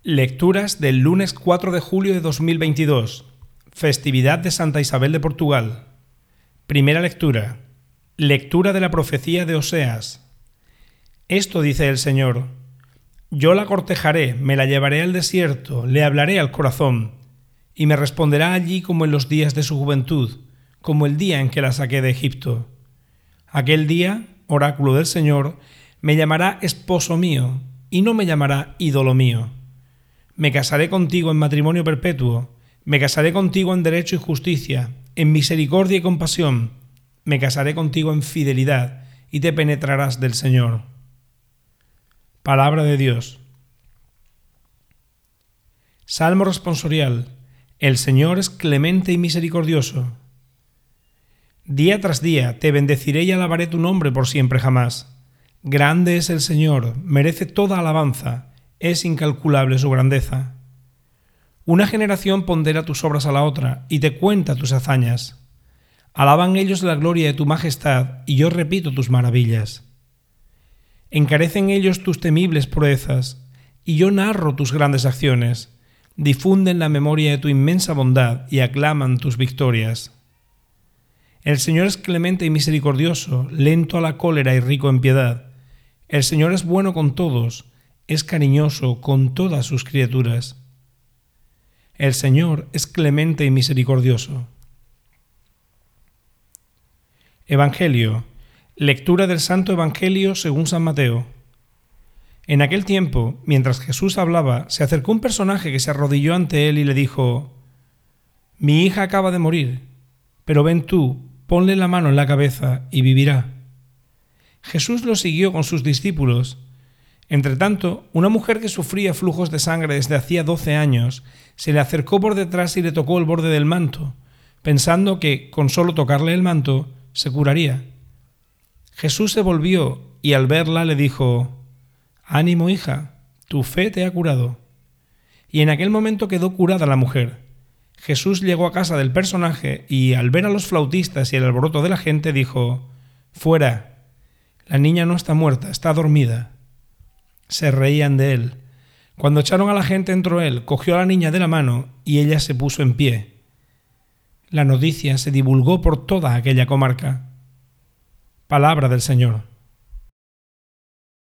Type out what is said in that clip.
Lecturas del lunes 4 de julio de 2022, festividad de Santa Isabel de Portugal. Primera lectura. Lectura de la profecía de Oseas. Esto dice el Señor: Yo la cortejaré, me la llevaré al desierto, le hablaré al corazón, y me responderá allí como en los días de su juventud, como el día en que la saqué de Egipto. Aquel día, oráculo del Señor, me llamará esposo mío, y no me llamará ídolo mío. Me casaré contigo en matrimonio perpetuo, me casaré contigo en derecho y justicia, en misericordia y compasión, me casaré contigo en fidelidad, y te penetrarás del Señor. Palabra de Dios. Salmo responsorial. El Señor es clemente y misericordioso. Día tras día te bendeciré y alabaré tu nombre por siempre jamás. Grande es el Señor, merece toda alabanza, es incalculable su grandeza. Una generación pondera tus obras a la otra y te cuenta tus hazañas. Alaban ellos la gloria de tu majestad y yo repito tus maravillas. Encarecen ellos tus temibles proezas y yo narro tus grandes acciones. Difunden la memoria de tu inmensa bondad y aclaman tus victorias. El Señor es clemente y misericordioso, lento a la cólera y rico en piedad. El Señor es bueno con todos, es cariñoso con todas sus criaturas. El Señor es clemente y misericordioso. Evangelio. Lectura del Santo Evangelio según San Mateo. En aquel tiempo, mientras Jesús hablaba, se acercó un personaje que se arrodilló ante él y le dijo: Mi hija acaba de morir, pero ven tú, ponle la mano en la cabeza y vivirá. Jesús lo siguió con sus discípulos. Entretanto, una mujer que sufría flujos de sangre desde hacía 12 años se le acercó por detrás y le tocó el borde del manto, pensando que, con solo tocarle el manto, se curaría. Jesús se volvió y al verla le dijo: Ánimo, hija, tu fe te ha curado. Y en aquel momento quedó curada la mujer. Jesús llegó a casa del personaje y, al ver a los flautistas y el alboroto de la gente, dijo: Fuera, la niña no está muerta, está dormida. Se reían de él. Cuando echaron a la gente entró él, cogió a la niña de la mano y ella se puso en pie. La noticia se divulgó por toda aquella comarca. Palabra del Señor.